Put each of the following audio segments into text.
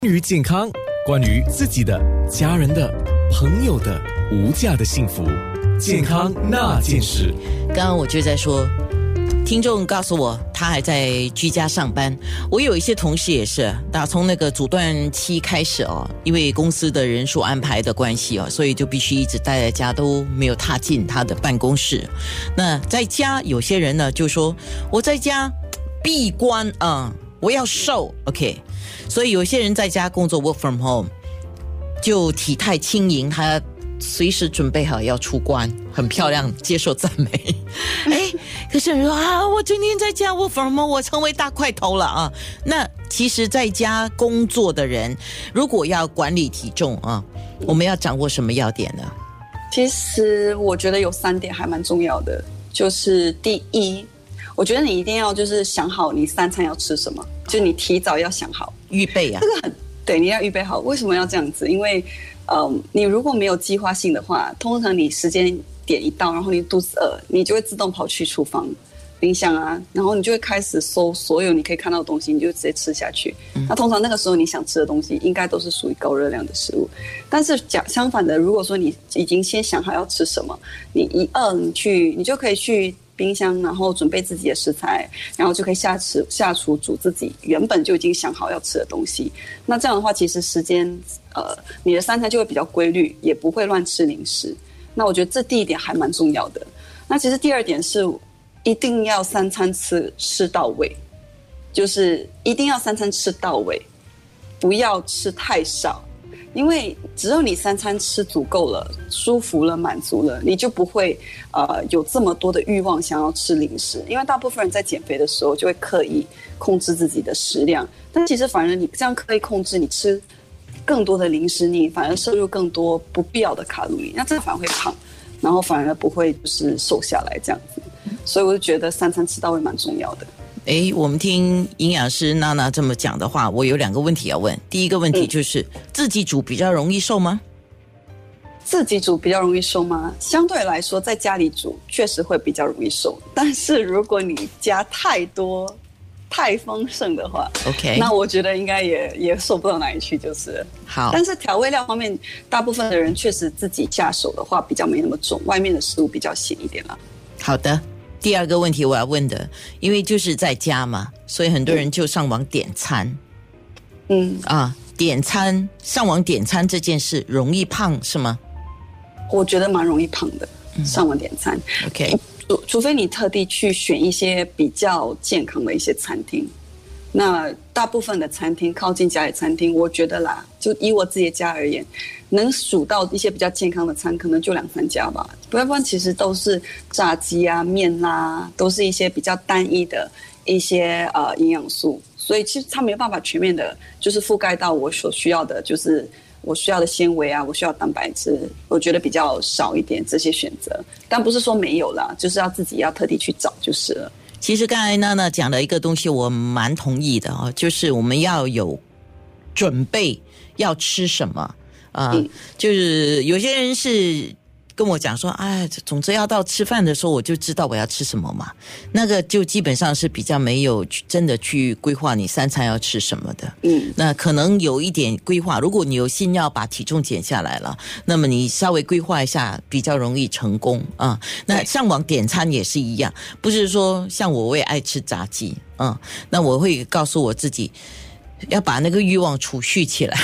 关于健康，关于自己的、家人的、朋友的无价的幸福，健康那件事。 刚刚我就在说，听众告诉我他还在居家上班，我有一些同事也是打从那个阻断期开始哦，因为公司的人数安排的关系哦，所以就必须一直待在家，都没有踏进他的办公室。那在家有些人呢就说我在家闭关我要瘦 OK， 所以有些人在家工作 work from home 就体态轻盈，他随时准备好要出关，很漂亮，接受赞美。可是有人说我今天在家 work from home 我成为大块头了啊。那其实在家工作的人如果要管理体重我们要掌握什么要点呢？ 其实我觉得有3点还蛮重要的，就是第一，我觉得你一定要就是想好你3餐要吃什么，就你提早要想好预备啊。 这个对，你要预备好。为什么要这样子？因为你如果没有计划性的话，通常你时间点一到，然后你肚子饿，你就会自动跑去厨房冰箱然后你就会开始搜所有你可以看到的东西，你就直接吃下去。那通常那个时候你想吃的东西应该都是属于高热量的食物。但是相反的，如果说你已经先想好要吃什么，你一饿你就可以去冰箱，然后准备自己的食材，然后就可以下厨煮自己原本就已经想好要吃的东西。那这样的话，其实时间你的3餐就会比较规律，也不会乱吃零食。那我觉得这第一点还蛮重要的。那其实第2点是一定要3餐吃到位，就是一定要3餐吃到位，不要吃太少。因为只有你3餐吃足够了，舒服了，满足了，你就不会有这么多的欲望想要吃零食。因为大部分人在减肥的时候就会刻意控制自己的食量，但其实反而你这样刻意控制，你吃更多的零食，你反而摄入更多不必要的卡路里，那这反而会胖，然后反而不会就是瘦下来这样子。所以我就觉得3餐吃到位蛮重要的。 我们听营养师娜娜这么讲的话，我有2个问题要问。第一个问题就是自己煮比较容易瘦吗？ 自己煮比较容易瘦吗？相对来说在家里煮确实会比较容易瘦，但是如果你加太多太丰盛的话 OK， 那我觉得应该也瘦不到哪里去就是了。 好， 但是调味料方面大部分的人确实自己下手的话比较没那么重，外面的食物比较咸一点啦。 好的，第2个问题我要问的，因为就是在家嘛，所以很多人就上网点餐。点餐，上网点餐这件事容易胖是吗？ 我觉得蛮容易胖的，上网点餐。 OK， 除非你特地去选一些比较健康的一些餐厅。那大部分的餐厅靠近家里餐厅，我觉得啦，就以我自己的家而言，能数到一些比较健康的餐可能就2-3家吧，不然其实都是炸鸡面啦，都是一些比较单一的一些营养素，所以其实它没有办法全面的就是覆盖到我所需要的，就是我需要的纤维我需要蛋白质，我觉得比较少一点这些选择。但不是说没有啦，就是要自己要特地去找就是了。 其实刚才娜娜讲的一个东西我蛮同意的就是我们要有准备要吃什么就是有些人是跟我讲说总之要到吃饭的时候我就知道我要吃什么嘛，那个就基本上是比较没有真的去规划你3餐要吃什么的。那可能有一点规划，如果你有心要把体重减下来了，那么你稍微规划一下比较容易成功那上网点餐也是一样，不是说像我也爱吃炸鸡那我会告诉我自己要把那个欲望储蓄起来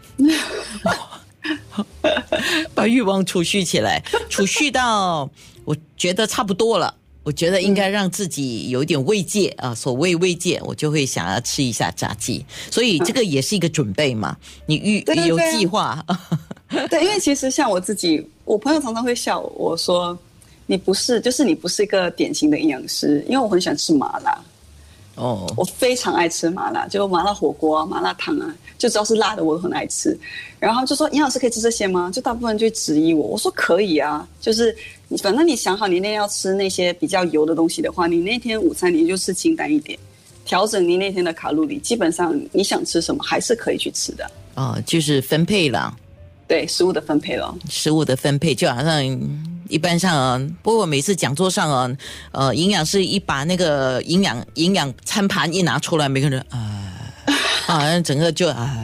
把欲望储蓄起来，储蓄到我觉得差不多了，我觉得应该让自己有一点慰藉所谓慰藉，我就会想要吃一下炸鸡，所以这个也是一个准备嘛，你有计划对，因为其实像我自己，我朋友常常会笑我说你不是一个典型的营养师，因为我很喜欢吃麻辣我非常爱吃麻辣，就麻辣火锅麻辣烫就只要是辣的我都很爱吃。然后就说营养师可以吃这些吗？就大部分就质疑我说可以就是反正你想好你那天要吃那些比较油的东西的话，你那天午餐你就吃清淡一点，调整你那天的卡路里，基本上你想吃什么还是可以去吃的就是分配了。 对，食物的分配了， 食物的分配就好像一般上不过每次讲座上营养师一把那个营养餐盘一拿出来，每个人整个就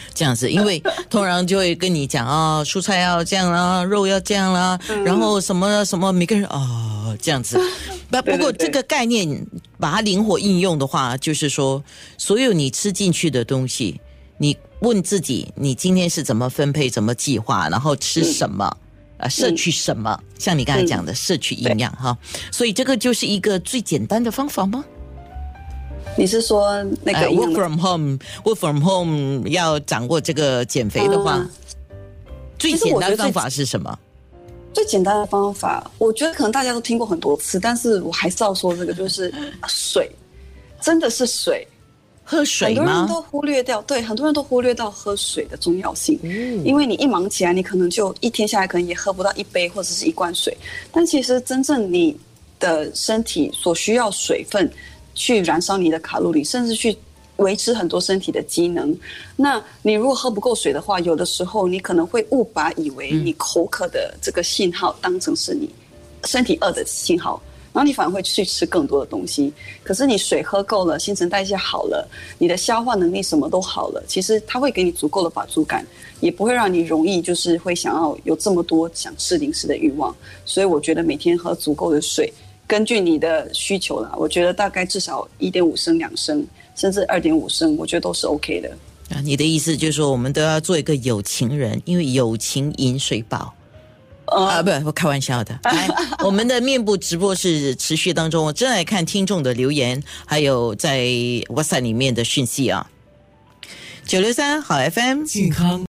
这样子，因为通常就会跟你讲蔬菜要这样啦，肉要这样啦，然后什么什么，每个人这样子。不过这个概念把它灵活应用的话，就是说，所有你吃进去的东西，你问自己，你今天是怎么分配、怎么计划，然后吃什么。摄取什么？像你刚才讲的，摄取营养哈，所以这个就是一个最简单的方法吗？ 你是说那个 work from home 要掌握这个减肥的话，最简单的方法是什么？ 最简单的方法，我觉得可能大家都听过很多次，但是我还是要说这个，就是水，真的是水。 喝水吗？ 很多人都忽略掉，对，很多人都忽略到喝水的重要性。因为你一忙起来，你可能就一天下来可能也喝不到1杯或者是1罐水，但其实真正你的身体所需要水分去燃烧你的卡路里，甚至去维持很多身体的机能。那你如果喝不够水的话，有的时候你可能会误把以为你口渴的这个信号当成是你身体饿的信号。然后你反而会去吃更多的东西，可是你水喝够了，新陈代谢好了，你的消化能力什么都好了，其实它会给你足够的饱足感，也不会让你容易就是会想要有这么多想吃零食的欲望。所以我觉得每天喝足够的水，根据你的需求啦，我觉得大概至少1.5升、2升，甚至2.5升，我觉得都是 OK 的。 你的意思就是说，我们都要做一个有情人，因为有情饮水饱。不，我开玩笑的。来，我们的面部直播是持续当中，我正在看听众的留言，还有在 WhatsApp 里面的讯息啊。963好 FM 健康